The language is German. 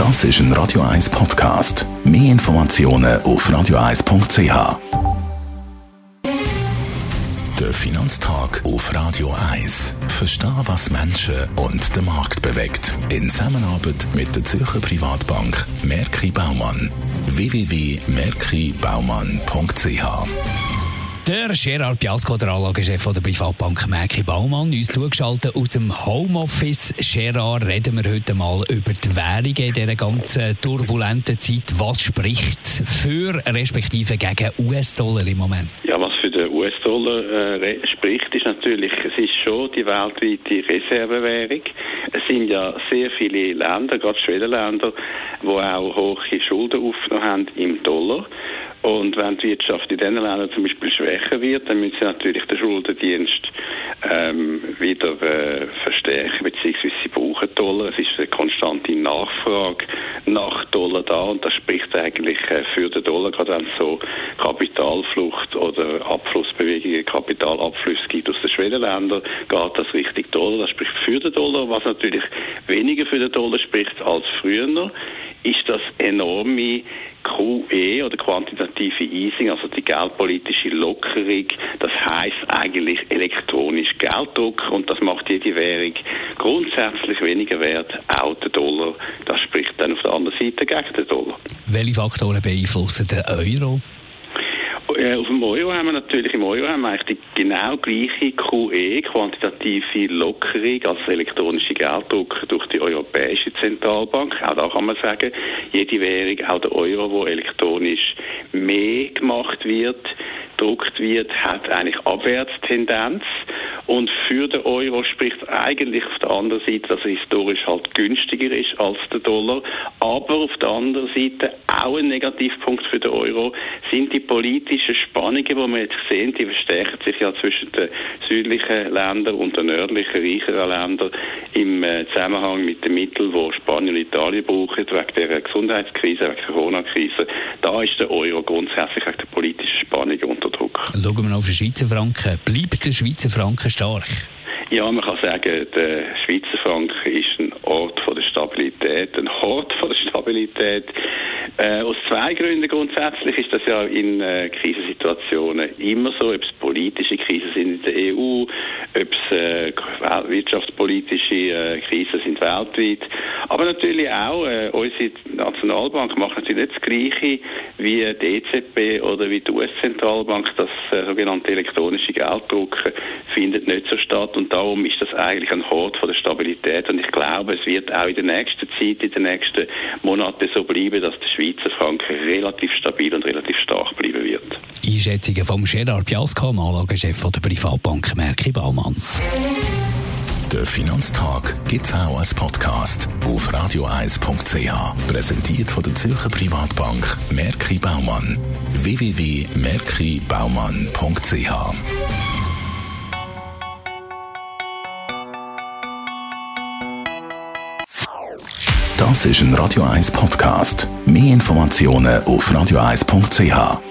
Das ist ein Radio 1 Podcast. Mehr Informationen auf radio1.ch. Der Finanztag auf Radio 1. Verstehen, was Menschen und den Markt bewegt. In Zusammenarbeit mit der Zürcher Privatbank Merki Baumann. www.merkibaumann.ch. Der Gerard Biasco, der Anlagechef der Privatbank Merki Baumann, uns zugeschaltet aus dem Homeoffice. Gerard, reden wir heute mal über die Währungen in dieser ganzen turbulenten Zeit. Was spricht für respektive gegen US-Dollar im Moment? Ja, was für den US-Dollar spricht, ist natürlich, es ist schon die weltweite Reservewährung. Es sind ja sehr viele Länder, gerade Schwellenländer, die auch hohe Schulden aufgenommen haben im Dollar. Und wenn die Wirtschaft in diesen Ländern zum Beispiel schwächer wird, dann müssen sie natürlich den Schuldendienst wieder verstärken, beziehungsweise sie brauchen Dollar. Es ist eine konstante Nachfrage nach Dollar da und das spricht eigentlich für den Dollar, gerade wenn es so Kapitalflucht oder Abflussbewegungen, Kapitalabflüsse gibt aus den Schwellenländern, geht das Richtung Dollar. Das spricht für den Dollar, was natürlich weniger für den Dollar spricht als früher, ist das enorme QE oder quantitative Easing, also die geldpolitische Lockerung, das heisst eigentlich elektronisch Gelddruck und das macht jede Währung grundsätzlich weniger wert, auch der Dollar. Das spricht dann auf der anderen Seite gegen den Dollar. Welche Faktoren beeinflussen den Euro? Auf dem Euro haben wir natürlich, im Euro haben wir eigentlich die genau gleiche QE, quantitative Lockerung als elektronische Gelddruck durch die Europäische Zentralbank. Auch da kann man sagen, jede Währung, auch der Euro, wo elektronisch mehr gemacht wird, gedruckt wird, hat eigentlich Abwärtstendenz. Und für den Euro spricht eigentlich auf der anderen Seite, dass er historisch halt günstiger ist als der Dollar. Aber auf der anderen Seite auch ein Negativpunkt für den Euro sind die politischen Spannungen, die wir jetzt sehen, die verstärken sich ja zwischen den südlichen Ländern und den nördlichen, reicheren Ländern im Zusammenhang mit den Mitteln, die Spanien und Italien brauchen, wegen der Gesundheitskrise, wegen der Corona-Krise. Da ist der Euro grundsätzlich wegen der politischen Spannungen unter Druck. Schauen wir auf den Schweizer Franken. Bleibt der Schweizer Franken stark? Ja, man kann sagen, der Schweizer Franken ist ein Ort von der Stabilität, ein Hort von der Stabilität. Aus zwei Gründen grundsätzlich ist das ja in Krisensituationen immer so, ob es politische Krisen sind in der EU, ob es wirtschaftspolitische Krisen sind weltweit. Aber natürlich auch unsere Nationalbank macht natürlich nicht das Gleiche wie die EZB oder wie die US-Zentralbank. Das sogenannte elektronische Gelddrucken findet nicht so statt und darum ist das eigentlich ein Hort von der Stabilität und ich glaube, es wird auch in der nächsten Zeit, in den nächsten Monaten so bleiben, dass der Schweizer Franken relativ stabil und relativ stark bleiben wird. Einschätzungen vom Gerard Biasco, Anlagechef der Privatbank Merki Baumann. Der Finanztag gibt es auch als Podcast auf radio1.ch. Präsentiert von der Zürcher Privatbank Merki Baumann. www.merkibaumann.ch. Das ist ein Radio 1 Podcast. Mehr Informationen auf radio1.ch.